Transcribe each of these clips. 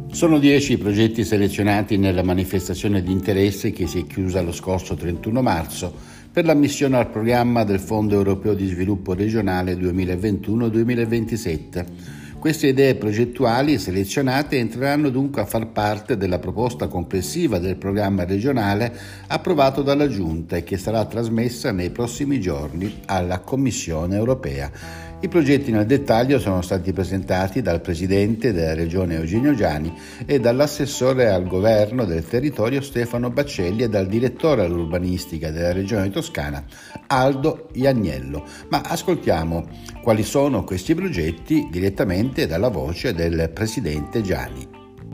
Sono 10 i progetti selezionati nella manifestazione di interesse che si è chiusa lo scorso 31 marzo per l'ammissione al programma del Fondo Europeo di Sviluppo Regionale 2021-2027. Queste idee progettuali selezionate entreranno dunque a far parte della proposta complessiva del programma regionale approvato dalla Giunta e che sarà trasmessa nei prossimi giorni alla Commissione europea. I progetti nel dettaglio sono stati presentati dal Presidente della Regione Eugenio Giani e dall'assessore al governo del territorio Stefano Baccelli e dal direttore all'urbanistica della Regione Toscana Aldo Ianiello. Ma ascoltiamo quali sono questi progetti direttamente dalla voce del Presidente Giani.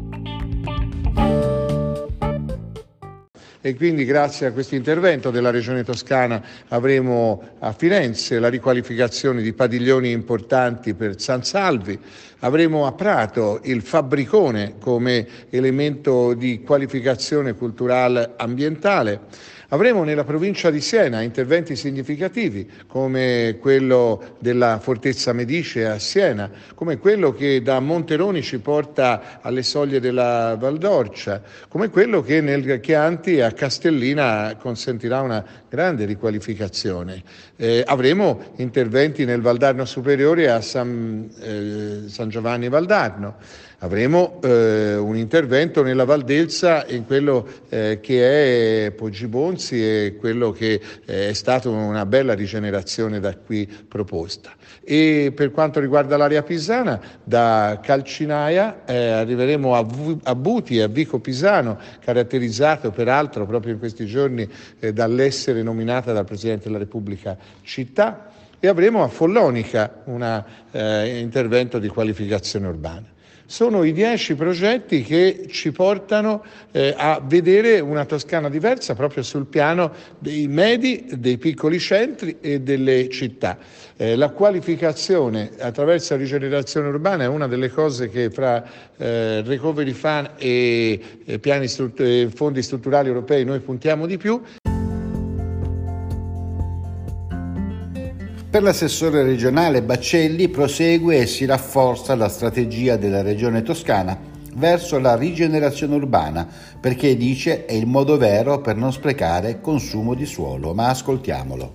E quindi grazie a questo intervento della Regione Toscana avremo a Firenze la riqualificazione di padiglioni importanti per San Salvi, avremo a Prato il fabbricone come elemento di qualificazione culturale ambientale. Avremo nella provincia di Siena interventi significativi come quello della Fortezza Medice a Siena, come quello che da Monteroni ci porta alle soglie della Valdorcia, come quello che nel Chianti a Castellina consentirà una grande riqualificazione. Avremo interventi nel Valdarno Superiore a San Giovanni Valdarno. Avremo un intervento nella Valdelsa in quello che è Poggibonsi e quello che è stata una bella rigenerazione da qui proposta. E per quanto riguarda l'area pisana, da Calcinaia arriveremo a Buti e a Vico Pisano, caratterizzato peraltro proprio in questi giorni dall'essere nominata dal Presidente della Repubblica città, e avremo a Follonica un intervento di qualificazione urbana. Sono i 10 progetti che ci portano a vedere una Toscana diversa proprio sul piano dei medi, dei piccoli centri e delle città. La qualificazione attraverso la rigenerazione urbana è una delle cose che fra Recovery Fund e fondi strutturali europei noi puntiamo di più. Per l'assessore regionale Baccelli prosegue e si rafforza la strategia della Regione Toscana verso la rigenerazione urbana, perché dice è il modo vero per non sprecare consumo di suolo. Ma ascoltiamolo.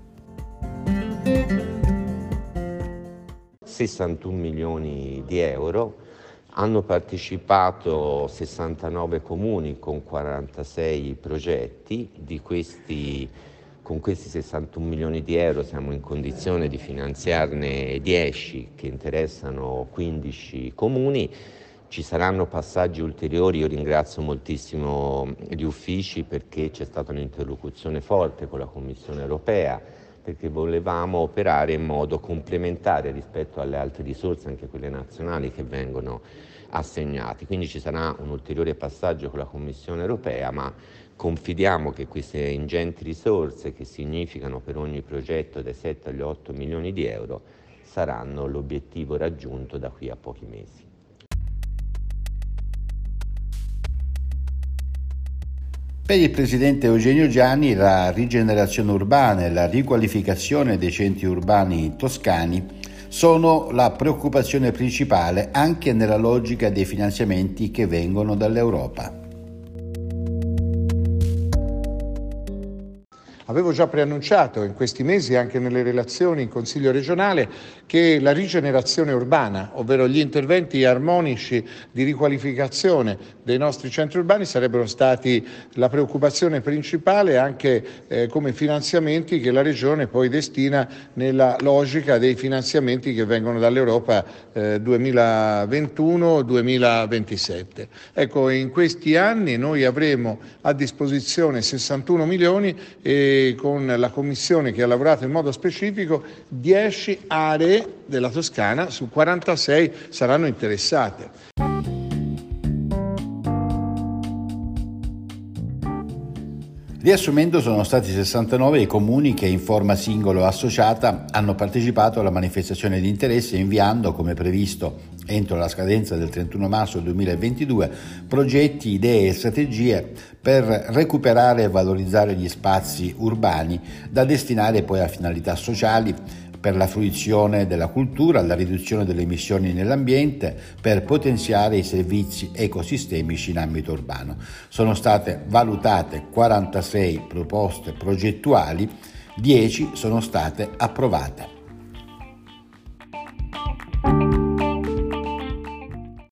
61 milioni di euro, hanno partecipato 69 comuni con 46 progetti, con questi 61 milioni di euro siamo in condizione di finanziarne 10 che interessano 15 comuni. Ci saranno passaggi ulteriori, io ringrazio moltissimo gli uffici perché c'è stata un'interlocuzione forte con la Commissione europea, perché volevamo operare in modo complementare rispetto alle altre risorse, anche quelle nazionali che vengono assegnate. Quindi ci sarà un ulteriore passaggio con la Commissione europea, ma confidiamo che queste ingenti risorse, che significano per ogni progetto dai 7 agli 8 milioni di euro, saranno l'obiettivo raggiunto da qui a pochi mesi. Per il Presidente Eugenio Giani la rigenerazione urbana e la riqualificazione dei centri urbani toscani sono la preoccupazione principale anche nella logica dei finanziamenti che vengono dall'Europa. Avevo già preannunciato in questi mesi, anche nelle relazioni in Consiglio regionale, che la rigenerazione urbana, ovvero gli interventi armonici di riqualificazione dei nostri centri urbani, sarebbero stati la preoccupazione principale anche come finanziamenti che la Regione poi destina nella logica dei finanziamenti che vengono dall'Europa 2021-2027. Ecco, in questi anni noi avremo a disposizione 61 milioni e con la Commissione che ha lavorato in modo specifico 10 aree della Toscana su 46 saranno interessate. Riassumendo, sono stati 69 i comuni che in forma singolo o associata hanno partecipato alla manifestazione di interesse inviando, come previsto entro la scadenza del 31 marzo 2022, progetti, idee e strategie per recuperare e valorizzare gli spazi urbani da destinare poi a finalità sociali, per la fruizione della cultura, la riduzione delle emissioni nell'ambiente, per potenziare i servizi ecosistemici in ambito urbano. Sono state valutate 46 proposte progettuali, 10 sono state approvate.